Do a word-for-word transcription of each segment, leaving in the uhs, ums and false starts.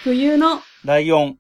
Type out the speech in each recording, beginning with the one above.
冬のライオン。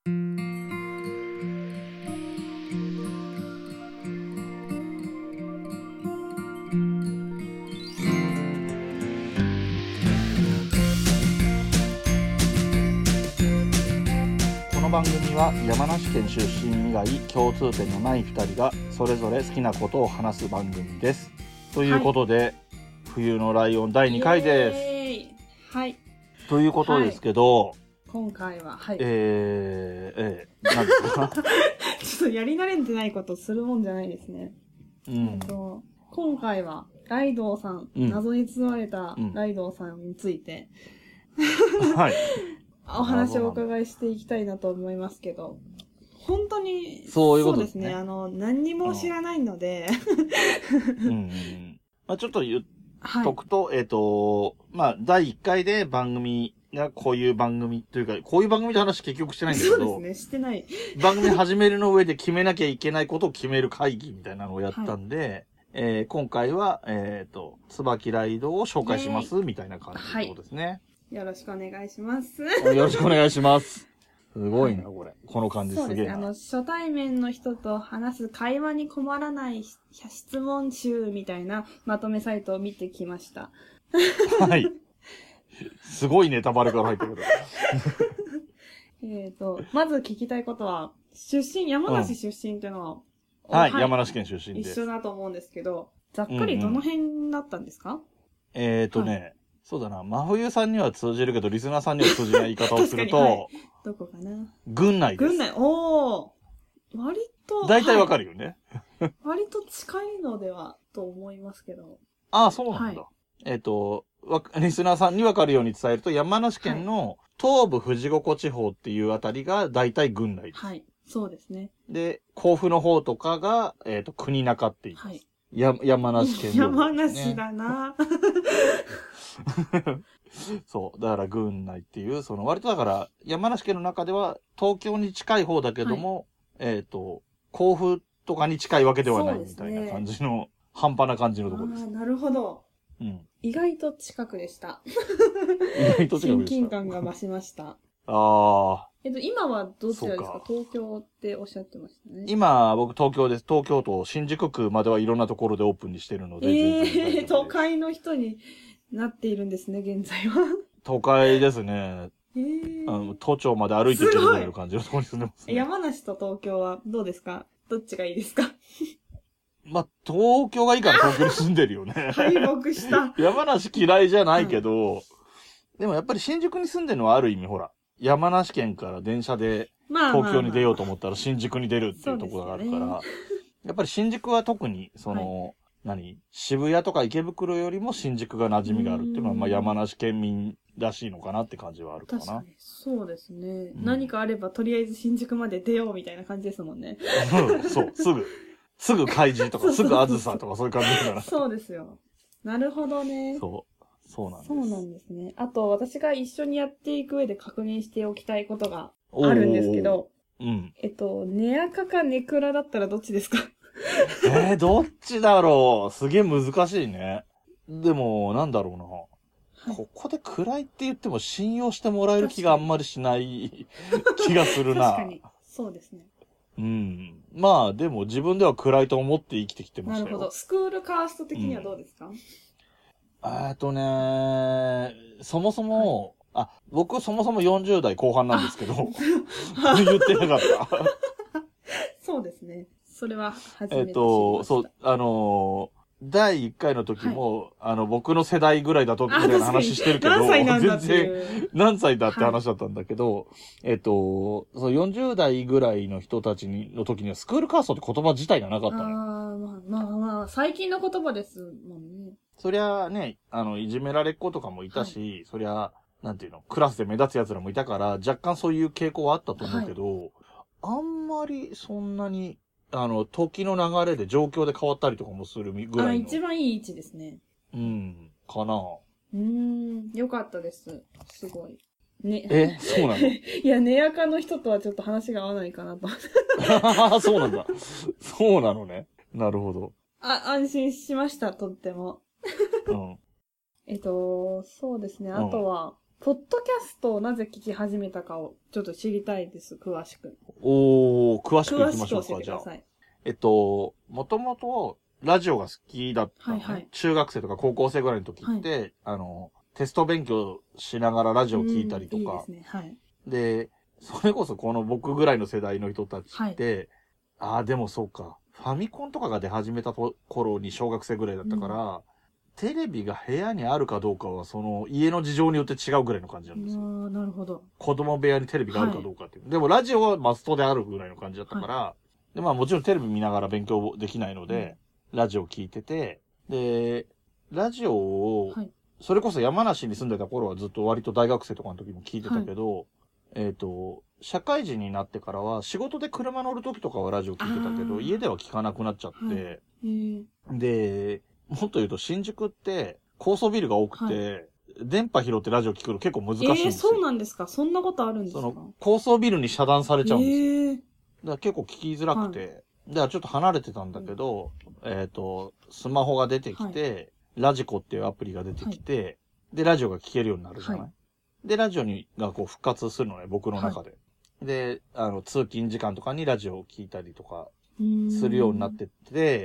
この番組は山梨県出身以外共通点のないふたりがそれぞれ好きなことを話す番組です。ということで、はい、冬のライオンだいにかいです。 はい。 ということですけど、はい、 今回は、はい。 えー、えー、何ですかちょっとやり慣れてないことするもんじゃないですね。うん。と今回は、ライドウさん、うん、謎に包まれたライドウさんについて、うん、はい。お話をお伺いしていきたいなと思いますけど、本当に、 そういうことですね。 そうですね。あの、何にも知らないので、 うんうん、まあ、ちょっと言っとくと、はい、えっ、ー、と、まあ、だいいっかいで番組がこういう番組というか、こういう番組の話結局してないんだけど、 そうですね、してない。 番組始めるの上で決めなきゃいけないことを決める会議みたいなのをやったんで、はい、えー、今回は、えっ、ー、と、椿ライドを紹介しますみたいな感じですね。はい、 よろしくお願いします。 よろしくお願いします。すごいな、はい、これ。この感じすげえな。 そうですね。あの、初対面の人と話す会話に困らない質問集みたいなまとめサイトを見てきました。 はい。すごいネタバレから入ってくる。 えっと、まず聞きたいことは、出身、山梨出身っていうのは、 うん、はい、はい、山梨県出身です。 一緒だと思うんですけど、ざっくりどの辺だったんですか？うんうん、 えっ、ー、とね、はい、そうだな、真冬さんには通じるけど、リスナーさんには通じない言い方をすると、はい、 どこかな？ 郡内です。 郡内、おー。割と、 大体わかるよね、 はい。割と近いのではと思いますけど。 ああ、そうなんだ。はい、えっ、ー、と、リスナーさんにわかるように伝えると、山梨県の東部富士五湖地方っていうあたりが大体郡内です。 はい。そうですね。 で、甲府の方とかが、えっ、ー、と、国中って言います。はい。や、山梨県、ね。 山梨だなそう。だから郡内っていう、その割とだから山梨県の中では東京に近い方だけども、はい、えっ、ー、と、甲府とかに近いわけではないみたいな感じの、半端な感じのところです。 ああ、なるほど。 うん。 意外と近くでした。 意外と近くでした。 親近感が増しました。 ああ。 えっと、今はどちらですか？東京っておっしゃってましたね。 今、僕東京です。東京都新宿区まではいろんなところでオープンにしてるので。 ええー、都会の人になっているんですね、現在は。 都会ですね。えー、あの都庁まで歩いていけるぐらいの感じのところに住んでますね。 山梨と東京はどうですか？どっちがいいですか？ まあ、東京がいいから東京に住んでるよね。 敗北した。 山梨嫌いじゃないけど、うん、でもやっぱり新宿に住んでるのはある意味ほら、山梨県から電車で東京に出ようと思ったら新宿に出るっていうところがあるから、まあまあまあやっぱり新宿は特に、その、はい、何渋谷とか池袋よりも新宿が馴染みがあるっていうのは、まあ山梨県民らしいのかなって感じはあるかな。 確かに。そうですね、うん。何かあればとりあえず新宿まで出ようみたいな感じですもんね。 そう、すぐ。すぐ開示とか、すぐあずさとかそういう感じだから。 そうですよ。なるほどね。 そう。そうなんです。 そうなんですね。あと、私が一緒にやっていく上で確認しておきたいことがあるんですけど、 うん。 えっと、ネアカかネクラだったらどっちですか？ えー、どっちだろう？すげえ難しいね。でも、なんだろうな。はい、ここで暗いって言っても信用してもらえる気があんまりしない気がするな。 確かに。そうですね。 うん。まあ、でも自分では暗いと思って生きてきてましたよ。 なるほど。スクールカースト的にはどうですか？うん、 えっとね、そもそも、はい、あ、僕そもそもよんじゅう代後半なんですけど、言ってなかった。 そうですね。それは初めて知りました。えっと、そう、あのー、だいいっかいの時も、はい、あの、僕の世代ぐらいだと、みたいな話してるけど、 何歳なんだって全然、何歳だって話だったんだけど、はい、えっと、そうよんじゅう代ぐらいの人たちにの時には、スクールカーストって言葉自体がなかったのよ。 ああ、まあまあまあ、最近の言葉ですもんね。 そりゃね、あの、いじめられっ子とかもいたし、はい、そりゃ、なんていうの、クラスで目立つ奴らもいたから、若干そういう傾向はあったと思うけど、はい、あんまりそんなに、あの、時の流れで状況で変わったりとかもするぐらいの。 あ、一番いい位置ですね。 うん、かな。 うーん、よかったです。すごい。ね。 え、そうなの？いや、ネアカの人とはちょっと話が合わないかなと。 そうなんだ。そうなのね。なるほど。 あ、安心しました、とっても。うん。えっと、そうですね。あとは、 ポッドキャストをなぜ聞き始めたかをちょっと知りたいです、詳しく。 おー、詳しくいきましょうか、じゃあ。 さい。 えっと、もともと、ラジオが好きだったの、ね、はいはい、中学生とか高校生ぐらいの時って、はい、あの、テスト勉強しながらラジオ聞いたりとか。いいですね、はい。で、それこそこの僕ぐらいの世代の人たちって、はい、ああ、でもそうか。ファミコンとかが出始めた頃に小学生ぐらいだったから、うん、テレビが部屋にあるかどうかは、その家の事情によって違うぐらいの感じなんですよ。 ああ、なるほど。 子供部屋にテレビがあるかどうかっていう。はい、でもラジオはマストであるぐらいの感じだったから、はい、で、まあもちろんテレビ見ながら勉強できないので、うん、ラジオ聞いてて、で、ラジオを、はい、それこそ山梨に住んでた頃はずっと割と大学生とかの時も聞いてたけど、はい、えっと、社会人になってからは仕事で車乗る時とかはラジオ聞いてたけど、家では聞かなくなっちゃって、はい、で、もっと言うと新宿って高層ビルが多くて、はい、電波拾ってラジオ聞くの結構難しいんですよ。えー、 そうなんですか？そんなことあるんですか？ その高層ビルに遮断されちゃうんですよ。えー、だから結構聞きづらくて、はい、だからちょっと離れてたんだけど、うん、えっと、スマホが出てきて、はい、ラジコっていうアプリが出てきて、はい、で、ラジオが聞けるようになるじゃない、はい、で、ラジオにがこう復活するのね、僕の中で。はい、で、あの、通勤時間とかにラジオを聞いたりとかするようになってって、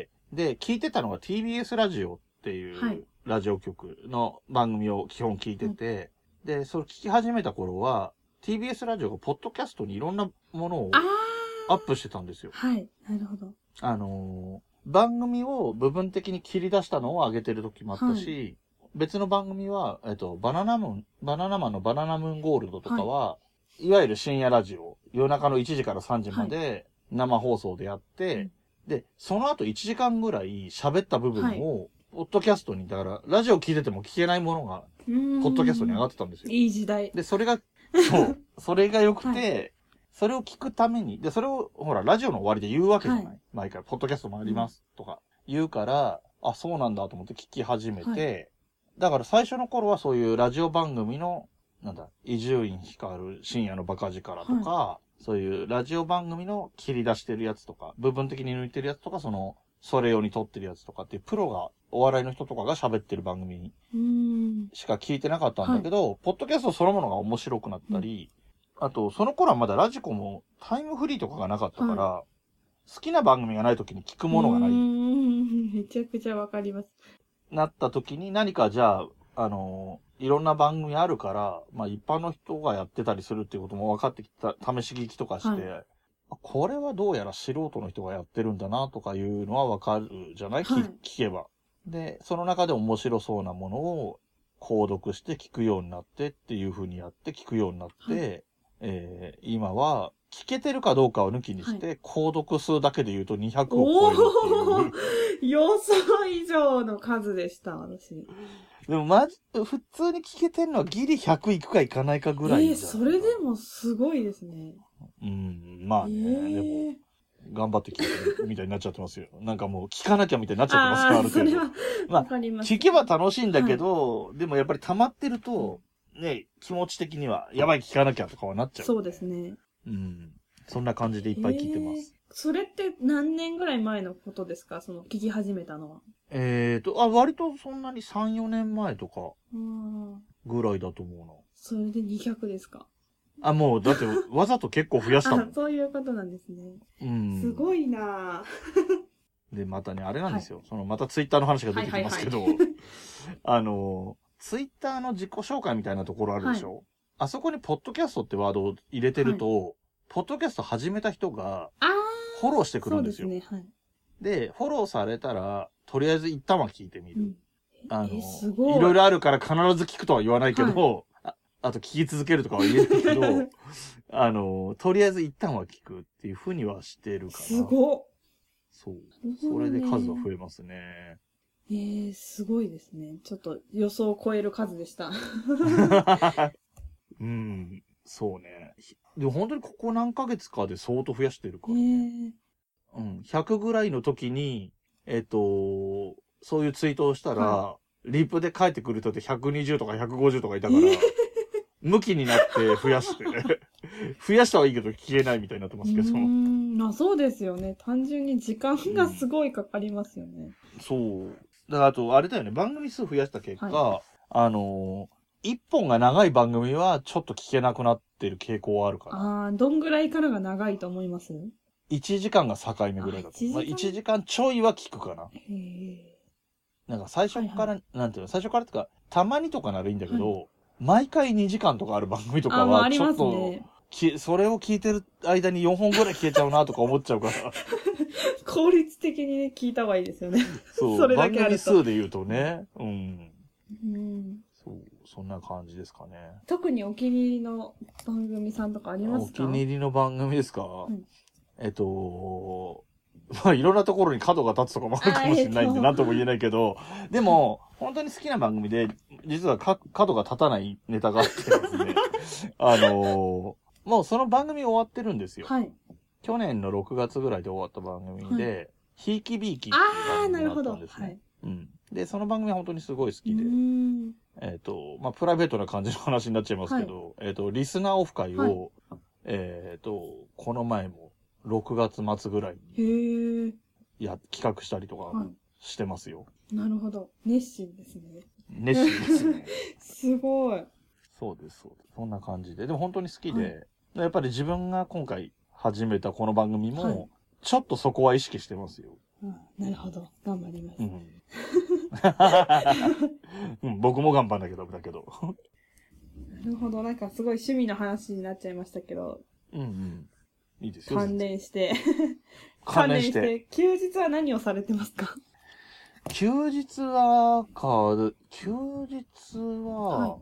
で、聞いてたのが ティービーエス ラジオっていうラジオ局の番組を基本聞いてて、はい、で、それ聞き始めた頃は、ティービーエス ラジオがポッドキャストにいろんなものをアップしてたんですよ。 はい、なるほど。 あのー、番組を部分的に切り出したのを上げてる時もあったし、はい、別の番組は、えっと、バナナムーン、バナナマンのバナナムーンゴールドとかは、はい、いわゆる深夜ラジオ、夜中のいちじからさんじまで生放送でやって、はい、で、その後いちじかんぐらい喋った部分を、はい、ポッドキャストに、だから、ラジオ聞いてても聞けないものが、ポッドキャストに上がってたんですよ。 いい時代。 で、それが、そう、それが良くて、はい、それを聞くために、で、それを、ほら、ラジオの終わりで言うわけじゃない、はい、毎回、ポッドキャストもあります、とか、言うから、うん、あ、そうなんだと思って聞き始めて、はい、だから最初の頃はそういうラジオ番組の、なんだ、伊集院光る深夜のバカ力とか、はい、そういうラジオ番組の切り出してるやつとか、部分的に抜いてるやつとか、その、それ用に撮ってるやつとかっていうプロが、お笑いの人とかが喋ってる番組しか聞いてなかったんだけど、はい、ポッドキャストそのものが面白くなったり、うん、あと、その頃はまだラジコもタイムフリーとかがなかったから、はい、好きな番組がない時に聞くものがない。うーん、めちゃくちゃわかります。 なった時に何かじゃあ、あの、いろんな番組あるから、まあ一般の人がやってたりするっていうことも分かってきた、試し聞きとかして、はい、これはどうやら素人の人がやってるんだなとかいうのは分かるじゃない、はい、聞けば。で、その中で面白そうなものを購読して聞くようになってっていう風にやって聞くようになって、はい、えー、今は聞けてるかどうかを抜きにして、はい、購読数だけで言うとにひゃくを超えるっていう。 予想以上の数でした、私。 でもまじ、普通に聞けてるのはギリひゃくいくかいかないかぐらいじゃないか。 えー、それでもすごいですね。 うん、まあね、えー、でも、頑張って聞いてるみたいになっちゃってますよ。なんかもう聞かなきゃみたいになっちゃってますから、ある程度。まあ、聞けば楽しいんだけど、はい、でもやっぱり溜まってると、ね、気持ち的には、やばい聞かなきゃとかはなっちゃう、ね。 そうですね。 うん。そんな感じでいっぱい聞いてます。 えー、それって何年ぐらい前のことですか？その聞き始めたのは。 えーと、あ、割とそんなにさん、よねんまえとか、ぐらいだと思うな。 それでにひゃくですか？ あ、もう、だって、わざと結構増やしたもん。 あ、そういうことなんですね。 うん。 すごいなぁ。 で、またね、あれなんですよ。はい、その、またツイッターの話が出てきますけど、はいはいはい、あの、ツイッターの自己紹介みたいなところあるでしょ、はい、あそこにポッドキャストってワードを入れてると、はい、ポッドキャスト始めた人が、フォローしてくるんですよ。そうですね、はい。で、フォローされたら、とりあえず一旦は聞いてみる。うん、あの、えすごい。いろいろあるから必ず聞くとは言わないけど、はい、あ, あと聞き続けるとかは言えないけど、あの、とりあえず一旦は聞くっていうふうにはしてるから。 すごっ。 そう。それで数は増えますね。 えー、すごいですね。ちょっと予想を超える数でした。 うん、そうね。でも本当にここ何ヶ月かで相当増やしてるからね。えー、うん。ひゃくぐらいの時に、えっと、そういうツイートをしたら、はい、リプで返ってくる人ってひゃくにじゅうとかひゃくごじゅうとかいたから、えー、向きになって増やして、増やしたはいいけど消えないみたいになってますけど。 うーん、まあそうですよね。単純に時間がすごいかかりますよね。 うん、そう。だからあと、あれだよね。番組数増やした結果、はい、あの、 一本が長い番組はちょっと聞けなくなってる傾向はあるかな。 ああ、どんぐらいからが長いと思います？ いち 時間が境目ぐらいだと。まあ、いちじかんちょいは聞くかな。へなんか最初から、はいはい、なんていうの、最初からってか、たまにとかならいいんだけど、はい、毎回にじかんとかある番組とかは、ちょっと、ね、きそれを聞いてる間によんほんぐらい消えちゃうなとか思っちゃうから。 効率的にね、聞いた方がいいですよね。 そう、それだけあると番組数で言うとね、うん。うんそう、そんな感じですかね。 特にお気に入りの番組さんとかありますか？ お気に入りの番組ですか、うん、えっと、まあいろんなところに角が立つとかもあるかもしれないんで何とも言えないけど、でも本当に好きな番組で、実はか角が立たないネタがあってですね、あのー、もうその番組終わってるんですよ。はい。去年のろくがつぐらいで終わった番組で、はい、ひいきびいきっていう番組があったんですね。あー、なるほど。はい。うん。で、その番組は本当にすごい好きで、えっ、ー、と、まあ、プライベートな感じの話になっちゃいますけど、はい、えっ、ー、と、リスナーオフ会を、はい、えっ、ー、と、この前もろくがつ末ぐらいに、や、企画したりとかしてますよ。 はい、なるほど。熱心ですね。 熱心ですね。 すごい。 そうです、そうです。そんな感じで。でも本当に好きで、はい、やっぱり自分が今回始めたこの番組も、はい、ちょっとそこは意識してますよ。 うん、なるほど。頑張ります。うんうん、僕も頑張んなきゃダメだけど。 なるほど。なんかすごい趣味の話になっちゃいましたけど。うんうん。いいですよ。関連して。関連して。休日は何をされてますか？ 休日は、か、休日は、はい、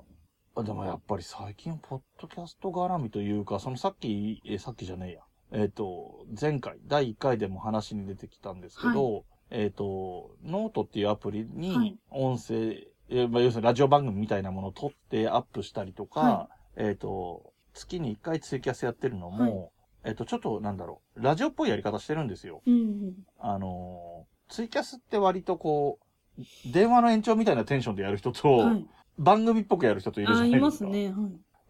でもやっぱり最近、ポッドキャスト絡みというか、そのさっき、え、さっきじゃねえや。えっ、ー、と、前回、だいいっかいでも話に出てきたんですけど、はい、えっ、ー、と、ノートっていうアプリに音声、はい、えまあ、要するにラジオ番組みたいなものを撮ってアップしたりとか、はい、えっ、ー、と、月にいっかいツイキャスやってるのも、はい、えっ、と、ちょっとなんだろう、ラジオっぽいやり方してるんですよ。うんうん、あの、ツイキャスって割とこう、電話の延長みたいなテンションでやる人と、はい、番組っぽくやる人といるじゃないですか。あ、いますね。はい。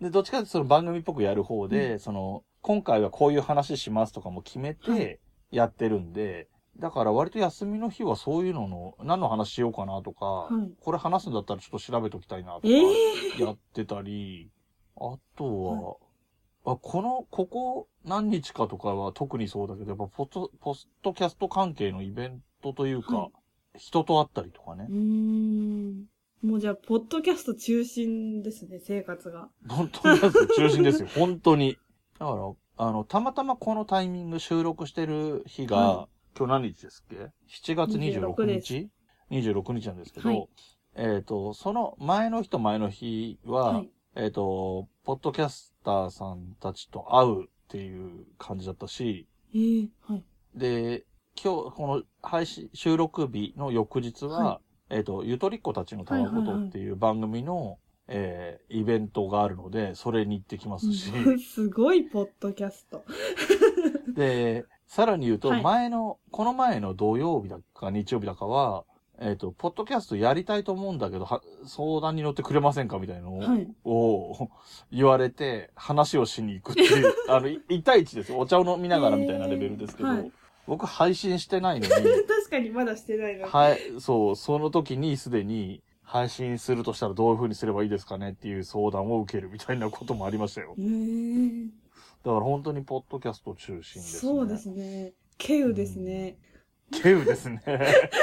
で、どっちかというとその番組っぽくやる方で、うん、その、今回はこういう話しますとかも決めてやってるんで、はい、だから割と休みの日はそういうのの、何の話しようかなとか、はい、これ話すんだったらちょっと調べときたいなとか、やってたり、えー、あとは、はい、あ、この、ここ何日かとかは特にそうだけど、やっぱポッド、ポストキャスト関係のイベントというか、はい、人と会ったりとかね。うーん。もうじゃあ、ポッドキャスト中心ですね、生活が。 ポッドキャスト中心ですよ、本当に。だから、あの、たまたまこのタイミング収録してる日が、はい、今日何日ですっけ ?しちがつにじゅうろくにち ?にじゅうろくにちなんですけど、はい、えっと、その前の日と前の日は、はい、えっと、ポッドキャスターさんたちと会うっていう感じだったし、えーはい、で、今日、この配信、収録日の翌日は、はい、えっと、ゆとりっ子たちのたわごとっていう番組の、はいはいはい、えー、イベントがあるので、それに行ってきますし。 すごいポッドキャスト。 で、さらに言うと、前の、はい、この前の土曜日だか日曜日だかは、えっと、ポッドキャストやりたいと思うんだけど、は相談に乗ってくれませんかみたいなのを、はい、を言われて、話をしに行くっていう、あの、いち対いちです。お茶を飲みながらみたいなレベルですけど、はい、僕配信してないのに。 確かにまだしてないのに。 はい、そう、その時にすでに、配信するとしたらどういう風にすればいいですかねっていう相談を受けるみたいなこともありましたよ。へー。だから本当にポッドキャスト中心ですね。 そうですね。稀有ですね。 稀有ですね。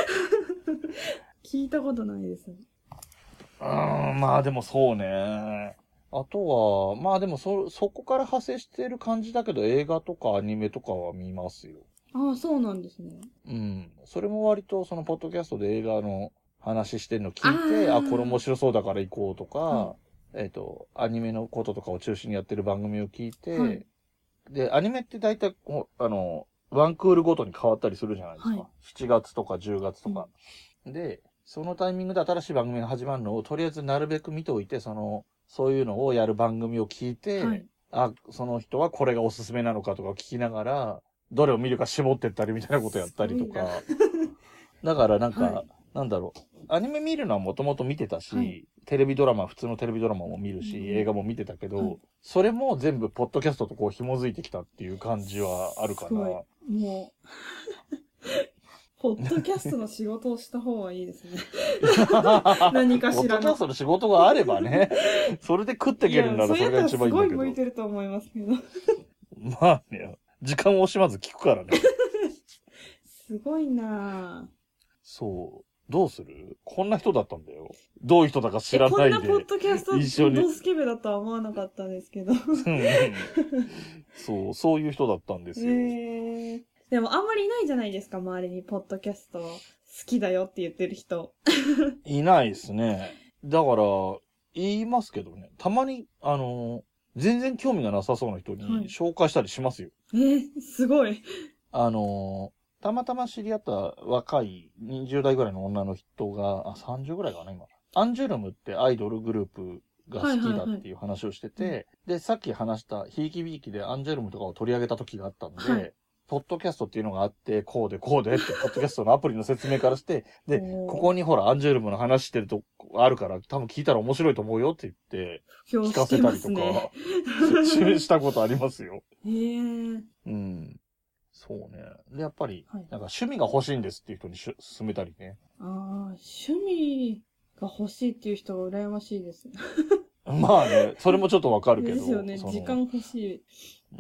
聞いたことないです。 うーん、まあでもそうね。あとは、まあでもそ、そこから派生してる感じだけど映画とかアニメとかは見ますよ。 ああ、そうなんですね。 うん。それも割とそのポッドキャストで映画の話してるの聞いて、あ, あ、これ面白そうだから行こうとか、はい、えっと、アニメのこととかを中心にやってる番組を聞いて、はい、で、アニメって大体、あの、ワンクールごとに変わったりするじゃないですか。はい、しちがつとかじゅうがつとか、うん。で、そのタイミングで新しい番組が始まるのを、とりあえずなるべく見ておいて、その、そういうのをやる番組を聞いて、はい、あ、その人はこれがおすすめなのかとか聞きながら、どれを見るか絞ってったりみたいなことやったりとか。だからなんか、はい、なんだろう。アニメ見るのはもともと見てたし、はい、テレビドラマ、普通のテレビドラマも見るし、うん、映画も見てたけど、はい、それも全部ポッドキャストとこう紐づいてきたっていう感じはあるかな。 もう。 ポッドキャストの仕事をした方がいいですね。何かしらの。ポッドキャストの仕事があればね、それで食っていけるならそれが一番いいんだけど。すごい向いてると思いますけど。 まあね、時間を惜しまず聞くからね。 すごいなぁ。 そう。どうする？こんな人だったんだよ。どういう人だか知らないで。 こんなポッドキャストドスケベだとは思わなかったですけど。 そう、そういう人だったんですよ。 へー。でもあんまりいないじゃないですか、周りにポッドキャスト好きだよって言ってる人。 いないですね。だから、言いますけどね。たまに、あの、全然興味がなさそうな人に紹介したりしますよ。 はい、えー、すごい。 あの、たまたま知り合った若いにじゅう代ぐらいの女の人が、あ、さんじゅうぐらいかな、今。アンジュルムってアイドルグループが好きだっていう話をしてて、はいはいはい、で、さっき話したひいきびいきでアンジュルムとかを取り上げた時があったんで、はい、ポッドキャストっていうのがあって、こうでこうでって、ポッドキャストのアプリの説明からして、で、ここにほら、アンジュルムの話してるとこあるから、多分聞いたら面白いと思うよって言って、聞かせたりとか、ね、したことありますよ。 へー。 うん。そうね。で、やっぱり、なんか趣味が欲しいんですっていう人にし勧めたりね。 ああ、趣味が欲しいっていう人が羨ましいです。 まあね、それもちょっとわかるけど。 ですよね、時間欲しい。 うん。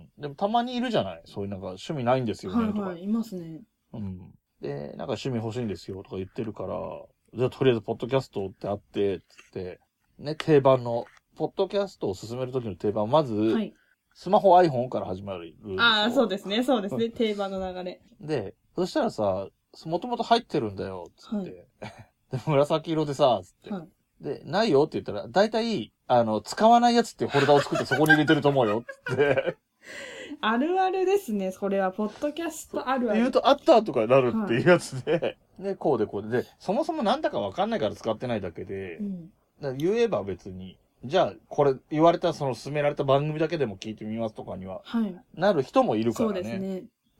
でもたまにいるじゃない？そういうなんか趣味ないんですよね、とか。 はいはい、いますね。 うん。で、なんか趣味欲しいんですよとか言ってるから、じゃあとりあえずポッドキャストってあって、つって、ね、定番の、ポッドキャストを進めるときの定番、まず、はい、スマホ iPhone から始まる。 ああ、そうですね、そうですね、定番の流れ。 で、そしたらさ、もともと入ってるんだよ、つって。はい、で、紫色でさ、つって。はい、で、ないよって言ったら、だいたい、あの、使わないやつっていうフォルダを作ってそこに入れてると思うよ、つって。 あるあるですね、それは、ポッドキャストあるある。 言うと、あったとかなるっていうやつで、はい、で、こうでこうで、で、そもそもなんだかわかんないから使ってないだけで、うん、だ言えば別に、じゃあ、これ、言われた、その、勧められた番組だけでも聞いてみますとかには、はい。なる人もいるからね。そうですね。うん。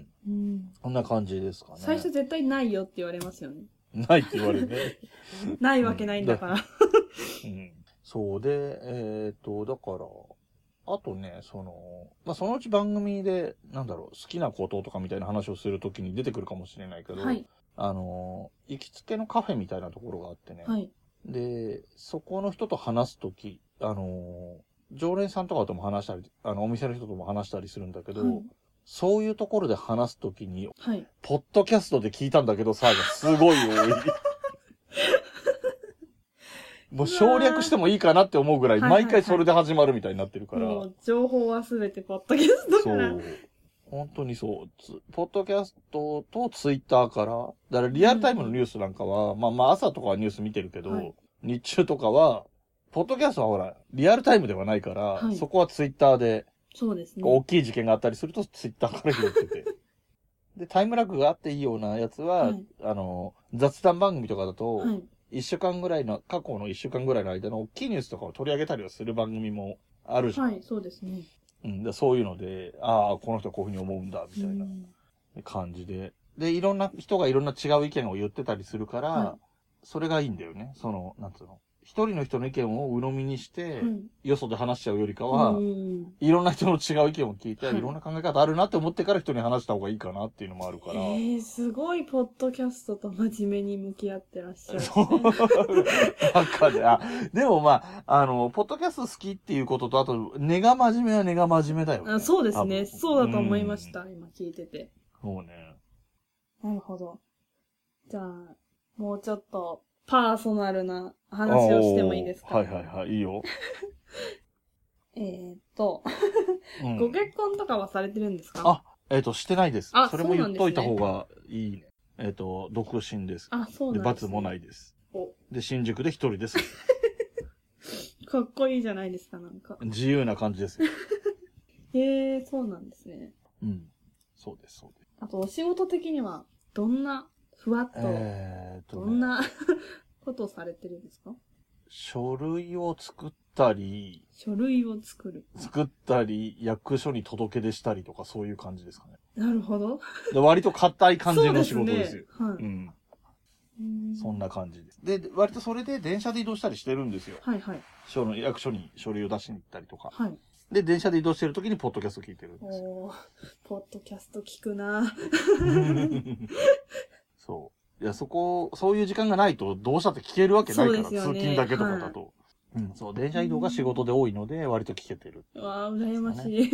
うん。こんな感じですかね。 最初絶対ないよって言われますよね。 ないって言われるね。 ないわけないんだから。 うん。そうで、えっと、だから、あとね、その、まあ、そのうち番組で、なんだろう、好きなこととかみたいな話をするときに出てくるかもしれないけど、はい。あの、行きつけのカフェみたいなところがあってね。はい。で、そこの人と話すとき、あの、常連さんとかとも話したり、あの、お店の人とも話したりするんだけど、はい、そういうところで話すときに、はい、ポッドキャストで聞いたんだけどさ、すごい多い。もう省略してもいいかなって思うぐらい、毎回それで始まるみたいになってるから。もう情報はすべてポッドキャストから。そう。 本当にそう。ポッドキャストとツイッターから。だからリアルタイムのニュースなんかは、うん、まあまあ朝とかはニュース見てるけど、はい、日中とかは、ポッドキャストはほら、リアルタイムではないから、はい、そこはツイッターで、 そうですね。 大きい事件があったりするとツイッターから拾ってて。で、タイムラグがあっていいようなやつは、はい、あの、雑談番組とかだと、はい、一週間ぐらいの、過去の一週間ぐらいの間の大きいニュースとかを取り上げたりはする番組もあるじゃん。 はい、そうですね。 うん、でそういうので、ああ、この人はこういうふうに思うんだ、みたいな感じで。で、いろんな人がいろんな違う意見を言ってたりするから、はい、それがいいんだよね。その、なんつうの。一人の人の意見を鵜呑みにして、うん、よそで話しちゃうよりかは、うん、いろんな人の違う意見を聞いて、はい、いろんな考え方あるなって思ってから人に話した方がいいかなっていうのもあるから。 えー、すごいポッドキャストと真面目に向き合ってらっしゃる、ね。そう。 なんかね、あ、でもまあ、あの、ポッドキャスト好きっていうことと、あと、根が真面目は根が真面目だよね。 あ、そうですね。そうだと思いました、うん、今聞いてて。 そうね。 なるほど。じゃあ、もうちょっと、パーソナルな話をしてもいいですか？ はいはいはい、いいよ。 えっと、うん、ご結婚とかはされてるんですか？ あ、えっ、ー、と、してないです。あ、それも言っといた方がいいね。えっ、ー、と、独身です。 あ、そうなんです、ね。 で、罰もないです。で、新宿で一人です。 かっこいいじゃないですか、なんか。 自由な感じですよ。 へえー、そうなんですね。 うん。そうです、そうです。 あと、お仕事的には、どんな、ふわっと、えーとね、どんなことをされてるんですか？ 書類を作ったり、 書類を作る。 作ったり、役所に届け出したりとかそういう感じですかね。 なるほど。 割と硬い感じの仕事ですよ。すね、はい。うん。 そんな感じです。で、割とそれで電車で移動したりしてるんですよ。 はいはい。 書の役所に書類を出しに行ったりとか。 はい。 で、電車で移動してる時にポッドキャスト聞いてるんですよ。 おー、ポッドキャスト聞くなそう。いや、そこ、そういう時間がないとどうしたって聞けるわけないから、ね、通勤だけとかだと。はい、うん、そう、電車移動が仕事で多いので、割と聞けてる、 ね。わー、羨ましい。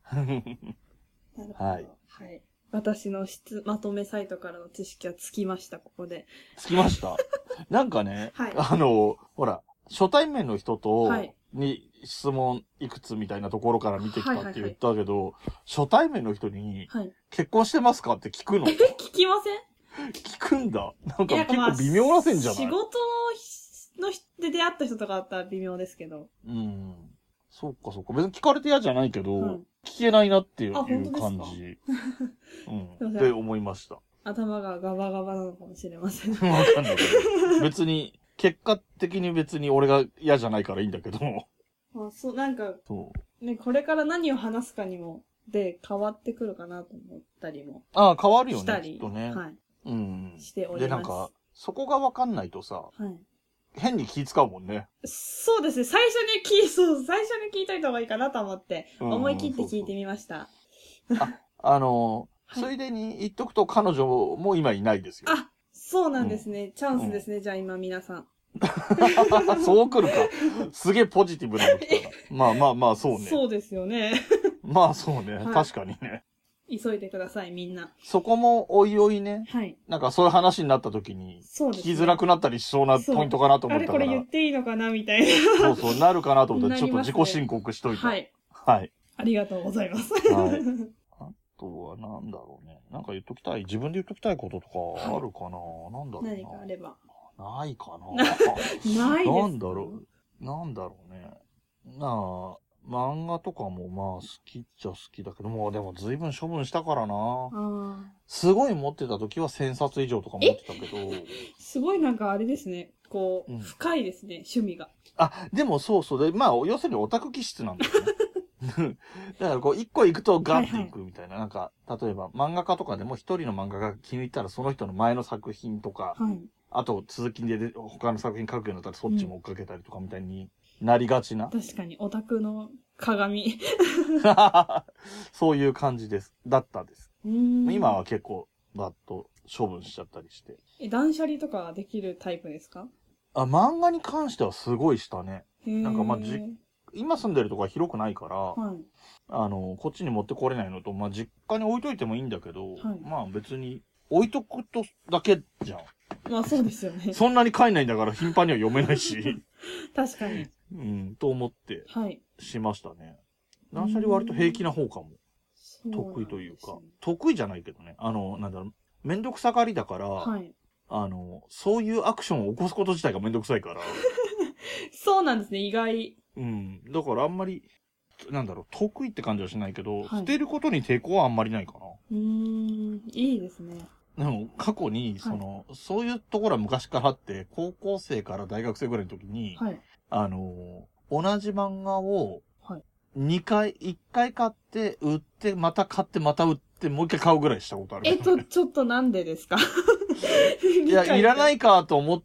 はい。はい。私の質、まとめサイトからの知識はつきました、ここで。 つきましたなんかね、はい、あの、ほら、初対面の人と、はい、に質問いくつみたいなところから見てきたって言ったけど、はいはいはい、初対面の人に、はい、結婚してますかって聞くの？ 聞きません？ 聞くんだ。なんか結構微妙な線じゃない？ 仕事ので出会った人とかだったら微妙ですけど。 うん。そうかそうか。別に聞かれて嫌じゃないけど、はい、聞けないなっていう感じ。うん。って思いました。 頭がガバガバなのかもしれません。 わかんないけど。別に、結果的に別に俺が嫌じゃないからいいんだけど。 あ、そう、なんか、そう。ね、これから何を話すかにも、で、変わってくるかなと思ったりも。 ああ、変わるよね。きっとね。 はい。 うん。 しております。 で、なんか、そこがわかんないとさ、はい。変に気使うもんね。 そうですね。最初に聞い、そう、最初に聞いといた方がいいかなと思って、思い切って聞いてみました。 そうそうあ、あのー、はい、ついでに言っとくと彼女も今いないですよ。 あ、そうなんですね。うん、チャンスですね、うん、じゃあ今皆さん。 そう来るか。すげえポジティブなの来たら。まあまあまあ、そうね。 そうですよね。 まあそうね、はい。確かにね。 急いでください、みんな。 そこもおいおいね。 はい。 なんかそういう話になった時に、聞きづらくなったりしそうなポイントかなと思ったから。 あれこれ言っていいのかなみたいな。そうそう、なるかなと思ったら、ちょっと自己申告しといた。はい。はい。 ありがとうございます。 はい。あとはなんだろうね。なんか言っときたい、自分で言っときたいこととかあるかな、はい、なんだろうな。 何かあれば。 ないかなないですか。 なんだろう。なんだろうね。なあ、漫画とかもまあ好きっちゃ好きだけど、もうでも随分処分したからな。あすごい持ってた時はせんさつ以上とか持ってたけど。 すごいなんかあれですね。こう、うん、深いですね、趣味が。 あ、でもそうそうで、まあ要するにオタク気質なんだよね。だからこう一個行くとガッて行くみたいな、はいはい、なんか、例えば漫画家とかでも一人の漫画が気に入ったらその人の前の作品とか、はい、あと続きで他の作品書くようになったらそっちも追っかけたりとかみたいになりがちな。 うん、確かにオタクの鏡。 そういう感じです。だったです。今は結構バッと処分しちゃったりして。 え、断捨離とかできるタイプですか？ あ、漫画に関してはすごいしたね。なんかまあじ、今住んでるとこは広くないから、はい、あの、こっちに持ってこれないのと、まあ実家に置いといてもいいんだけど、はい、まあ別に置いとくとだけじゃん。 まあそうですよね。 そんなに帰んないんだから頻繁には読めないし。 確かに。 うん、と思って、しましたね。断捨離割と平気な方かも。得意というか、得意じゃないけどね。あの、なんだろう、めんどくさがりだから、はい、あの、そういうアクションを起こすこと自体がめんどくさいから。 そうなんですね、意外。 うん。だからあんまり、なんだろう、得意って感じはしないけど、はい、捨てることに抵抗はあんまりないかな。 うーん、いいですね。 でも、過去に、その、はい、そういうところは昔からあって、高校生から大学生ぐらいの時に、はい、あの、同じ漫画を、にかい、いっかい買って、売って、また買って、また売って、もう一回買うぐらいしたことある、 ね。えっと、ちょっとなんでですか？ いや、いらないかと思って、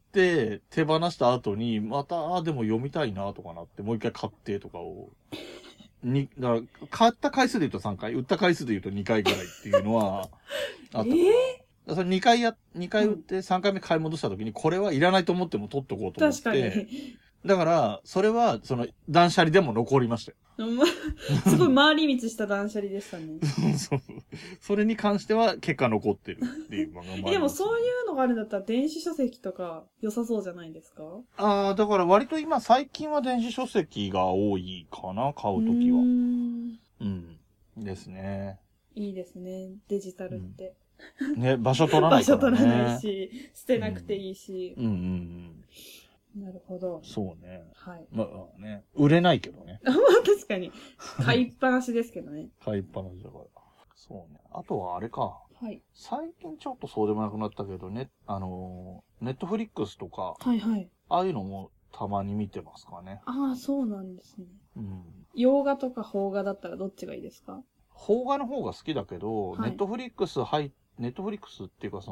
手放した後に、また、あ、でも読みたいなとかなって、もう一回買ってとかを、に、だから、買った回数で言うとさんかい、売った回数で言うとにかいぐらいっていうのは、あったかな。えー、それにかいや、にかい売ってさんかいめ買い戻した時に、これはいらないと思っても取っとこうと思って。確かに。だから、それは、その、断捨離でも残りましたよ。 すごい回り道した断捨離でしたね。 そう。それに関しては結果残ってるっていう漫画もあります。 でもそういうのがあるんだったら電子書籍とか良さそうじゃないですか？ ああ、だから割と今最近は電子書籍が多いかな、買うときは。うーん。うん。ですね。 いいですね、デジタルって。 うん、ね、場所取らないからね。 場所取らないし、捨てなくていいし。うん、うん、うんうんなるほど。 そうね。はい。まあね、売れないけどね。 まあ確かに。買いっぱなしですけどね。 買いっぱなしだから。そうね。あとはあれか。はい。最近ちょっとそうでもなくなったけどね、あのー、ネットフリックスとか。はいはい。ああいうのもたまに見てますかね。 ああ、そうなんですね。うん。洋画とか邦画だったらどっちがいいですか？ 邦画の方が好きだけど、ネットフリックス入、ネットフリックスっていうかその、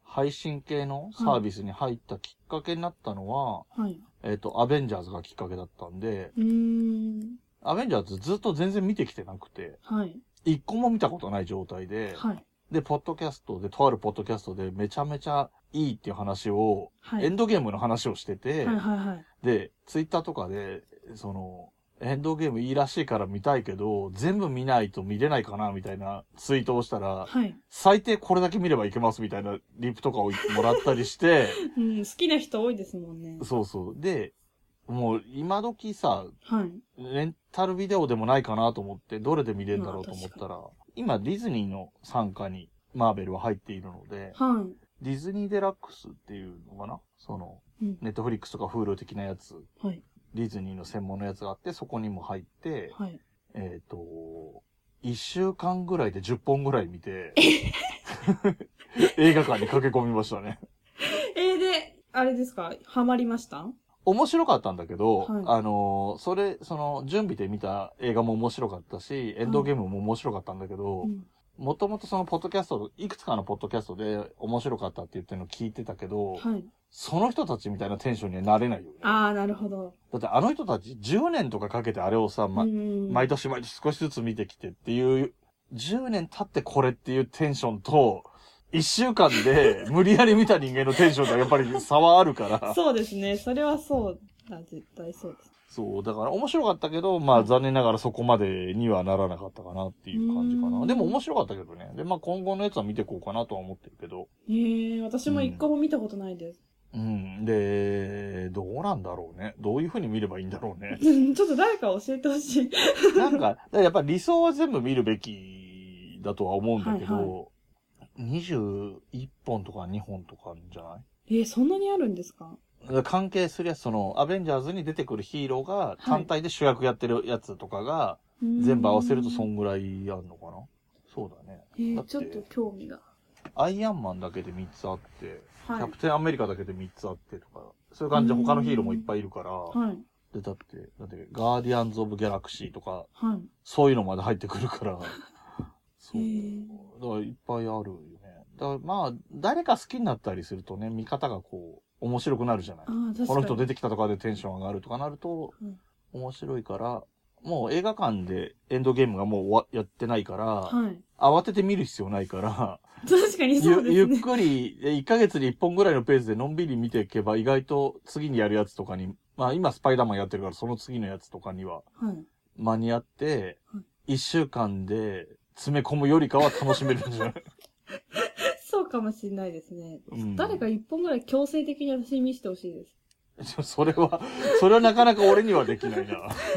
配信系のサービスに入ったきっかけになったのは、はい、えっと、アベンジャーズがきっかけだったんで、うーんアベンジャーズずっと全然見てきてなくて、はい、一個も見たことない状態で、はい、で、ポッドキャストで、とあるポッドキャストでめちゃめちゃいいっていう話を、はい、エンドゲームの話をしてて、はいはいはい、で、ツイッターとかで、その、エンドゲームいいらしいから見たいけど、全部見ないと見れないかなみたいなツイートをしたら、はい、最低これだけ見ればいけますみたいなリプとかをもらったりして、 うん、好きな人多いですもんね。 そうそう。で、もう今時さ、はい、レンタルビデオでもないかなと思って、どれで見れるんだろうと思ったら、今ディズニーの傘下にマーベルは入っているので、はい、ディズニーデラックスっていうのかなその、ネットフリックスとか Hulu 的なやつ、はい、ディズニーの専門のやつがあって、そこにも入って、はい、えっと、いっしゅうかんぐらいでじゅっぽんぐらい見て、映画館に駆け込みましたね。 えー、で、あれですかハマりました？ 面白かったんだけど、はい、あの、それ、その、準備で見た映画も面白かったし、エンドゲームも面白かったんだけど、もともとそのポッドキャスト、いくつかのポッドキャストで面白かったって言ってるのを聞いてたけど、はい、その人たちみたいなテンションにはなれないよね。 ああ、なるほど。 だってあの人たちじゅうねんとかかけてあれをさ、ま、毎年毎年少しずつ見てきてっていう、じゅうねん経ってこれっていうテンションと、一週間で無理やり見た人間のテンションとはやっぱり差はあるから。 そうですね。それはそうだ。絶対そうです。 そう。だから面白かったけど、まあ残念ながらそこまでにはならなかったかなっていう感じかな。でも面白かったけどね。で、まあ今後のやつは見ていこうかなとは思ってるけど。 へえ、私も一個も見たことないです。 うん。で、どうなんだろうね。どういう風に見ればいいんだろうね。 ちょっと誰か教えてほしい。 なんか、やっぱり理想は全部見るべきだとは思うんだけど、はいはい、にじゅういっぽんとかにほんとかあるんじゃない？ えー、そんなにあるんですか？ 関係するやつ、その、アベンジャーズに出てくるヒーローが単体で主役やってるやつとかが、全部合わせるとそんぐらいあるのかな？そうだね。 えー、ちょっと興味が。 アイアンマンだけでみっつあって、はい、キャプテンアメリカだけでみっつあってとか、そういう感じで他のヒーローもいっぱいいるから、はい、で、だって、だって、ガーディアンズ・オブ・ギャラクシーとか、はい、そういうのまで入ってくるから、そう。だからいっぱいあるよね。だからまあ、誰か好きになったりするとね、見方がこう、面白くなるじゃない。この人出てきたとかでテンション上がるとかなると、うん、面白いから、もう映画館でエンドゲームがもう終わやってないから、はい、慌てて見る必要ないから、 確かにそうですね。 ゆ, ゆっくり、いっかげつにいっぽんぐらいのペースでのんびり見ていけば、意外と次にやるやつとかに、まあ今スパイダーマンやってるからその次のやつとかには、間に合って、はい、いっしゅうかんで詰め込むよりかは楽しめるんじゃないそうかもしれないですね。うん、誰か一本ぐらい強制的に私に見せてほしいです。 それは、それはなかなか俺にはできないな。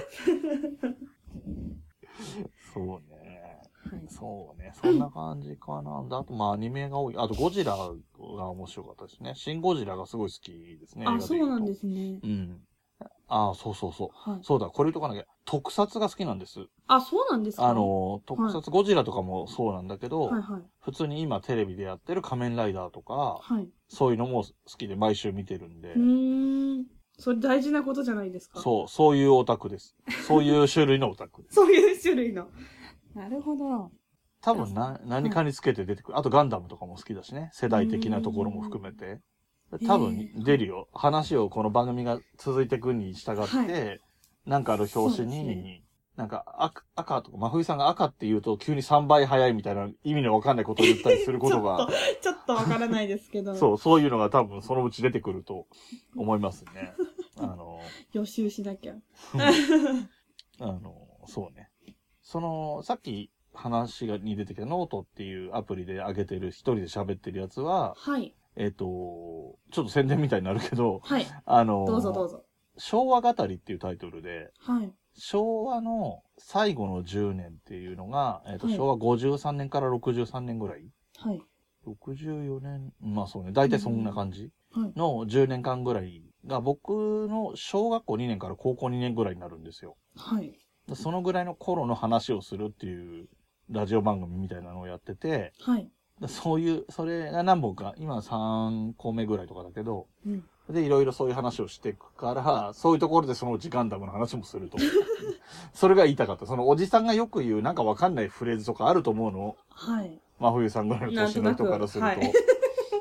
そうね。はい、そうね。そんな感じかな。あと、まあ、アニメが多い。あと、ゴジラが面白かったですね。シン・ゴジラがすごい好きですね。 あ、そうなんですね。 うん。ああ、そうそうそう。はい、そうだ、これ言うとかなきゃ。特撮が好きなんです。 あ、そうなんですか？ あの、特撮、はい、ゴジラとかもそうなんだけど、はいはい、普通に今テレビでやってる仮面ライダーとか、はい、そういうのも好きで毎週見てるんで。 うーん。それ大事なことじゃないですか？ そう、そういうオタクです。そういう種類のオタク。 そういう種類の。なるほど。 多分な、何かにつけて出てくる。あとガンダムとかも好きだしね。世代的なところも含めて。多分出るよ。話をこの番組が続いていくに従って、はい、なんかある表紙に、ね、なんか赤、赤とか、真冬さんが赤って言うと急にさんばい早いみたいな意味のわかんないことを言ったりすることが。 ちょっと、ちょっとわからないですけど。 そう、そういうのが多分そのうち出てくると思いますね。あの、 予習しなきゃ。 あの、そうね。その、さっき話がに出てきたノートっていうアプリで上げてる、一人で喋ってるやつは、はい。えっと、ちょっと宣伝みたいになるけど、はい。あの、 どうぞどうぞ。 昭和語りっていうタイトルで、はい。昭和の最後のじゅうねんっていうのが、えっと、はい、昭和ごじゅうさんねんからろくじゅうさんねんぐらい。はい。ろくじゅうよねん、まあそうね、大体そんな感じのじゅうねんかんぐらいが、僕の小学校にねんから高校にねんぐらいになるんですよ。はい。そのぐらいの頃の話をするっていうラジオ番組みたいなのをやってて、はい。そういう、それが何本か、今さんこめぐらいとかだけど、うん、で、いろいろそういう話をしていくから、そういうところでそのうちガンダムの話もすると。それが言いたかった。そのおじさんがよく言うなんかわかんないフレーズとかあると思うの。はい。真冬さんぐらいの年の人からすると。はい、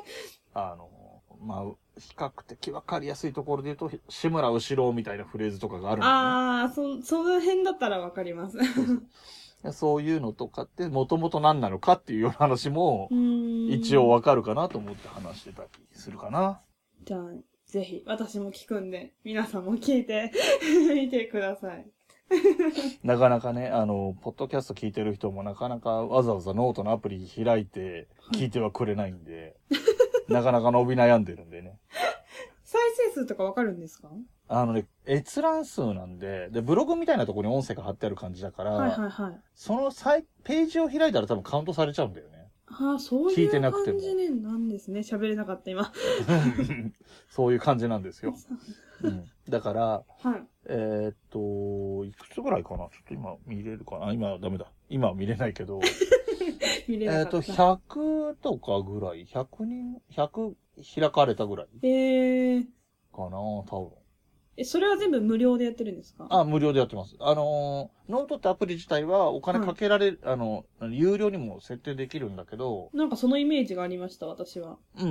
あの、まあ、比較的わかりやすいところで言うと、志村後ろみたいなフレーズとかがあるんだよね。 ああ、そ、その辺だったらわかります。 そうそういうのとかって、もともと何なのかっていうような話も、一応わかるかなと思って話してたりするかな。 じゃあ、ぜひ、私も聞くんで、皆さんも聞いてみてください。 なかなかね、あの、ポッドキャスト聞いてる人もなかなかわざわざノートのアプリ開いて聞いてはくれないんで、はい、なかなか伸び悩んでるんでね。 再生数とかわかるんですか？ あのね、閲覧数なんで、で、ブログみたいなところに音声が貼ってある感じだから、 はいはいはい。 その際、ページを開いたら多分カウントされちゃうんだよね。 ああ、そういう感じね、なんですね。喋れなかった今。 そういう感じなんですよ。うん、だから、 はい、 えー、っと、いくつぐらいかなちょっと今見れるかな今はダメだ。今は見れないけど。 見れなかった。 えー、っと、ひゃくとかぐらい ?ひゃく 人 ?ひゃく 開かれたぐらいえー。 かな多分。 え、それは全部無料でやってるんですか？ あ、無料でやってます。あのー、ノートってアプリ自体はお金かけられる、はい、あの、有料にも設定できるんだけど。 なんかそのイメージがありました、私は。 うん、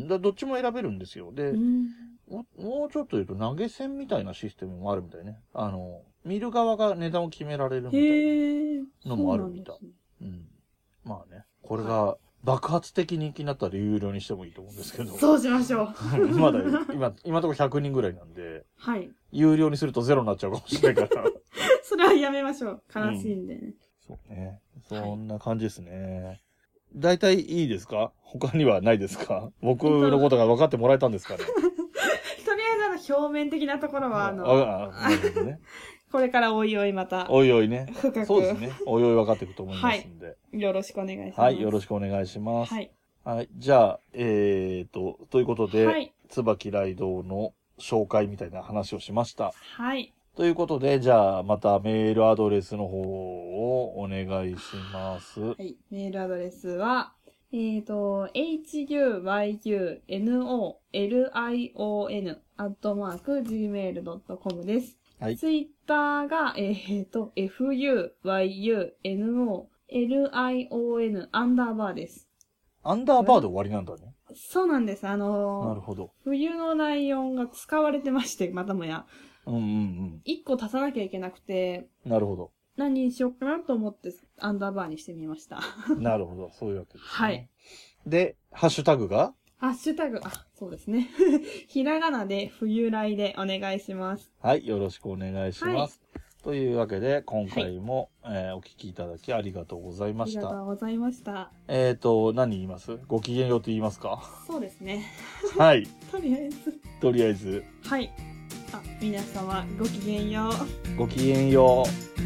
だどっちも選べるんですよ。で、 うん、 も, もうちょっと言うと投げ銭みたいなシステムもあるみたいね。あの、見る側が値段を決められるみたいなのもあるみたい。う, ね、うん。まあね、これが爆発的人気になったら有料にしてもいいと思うんですけど。 そうしましょう。 まだ今、今のところひゃくにんぐらいなんで。 はい。 有料にするとゼロになっちゃうかもしれないから。 それはやめましょう。悲しいんでね。うん、 そうね。そんな感じですね。だいたいいいですか？他にはないですか？僕のことが分かってもらえたんですかね。とりあえずあの表面的なところはあの、 ああ、なるほどね。 これからおいおいまた。 おいおいね。 深く。 そうですね。おいおい分かっていくと思いますんで。はい。 よろしくお願いします。 はい。よろしくお願いします。 はい。 はい。じゃあ、えーと、ということで、 はい、 椿雷道の紹介みたいな話をしました。 はい。 ということで、じゃあ、またメールアドレスの方をお願いします。 はい。メールアドレスは、えっと、エイチユーワイユーエヌオーエルアイオーエヌ アットマーク ジーメールドットコム です。 はい。 ツイッターが、えっと、エフユーワイユーエヌオーエルアイオーエヌ アンダーバーです。 アンダーバーで終わりなんだね。 そうなんです。あのー、 なるほど。 冬のライオンが使われてまして、またもや。 うんうんうん。 一個足さなきゃいけなくて。 なるほど。 何にしようかなと思ってアンダーバーにしてみました。 なるほど。そういうわけですね。 はい。 で、ハッシュタグがハッシュタグ、あ、そうですね。ひらがなで冬来でお願いします。 はい。よろしくお願いします。はい、というわけで、今回も、はい、えー、お聞きいただきありがとうございました。 ありがとうございました。 えっと、何言います？ごきげんようと言いますか？ そうですね。 はい。 とりあえず。 とりあえず。 はい。あ、皆様、ごきげんよう。 ごきげんよう。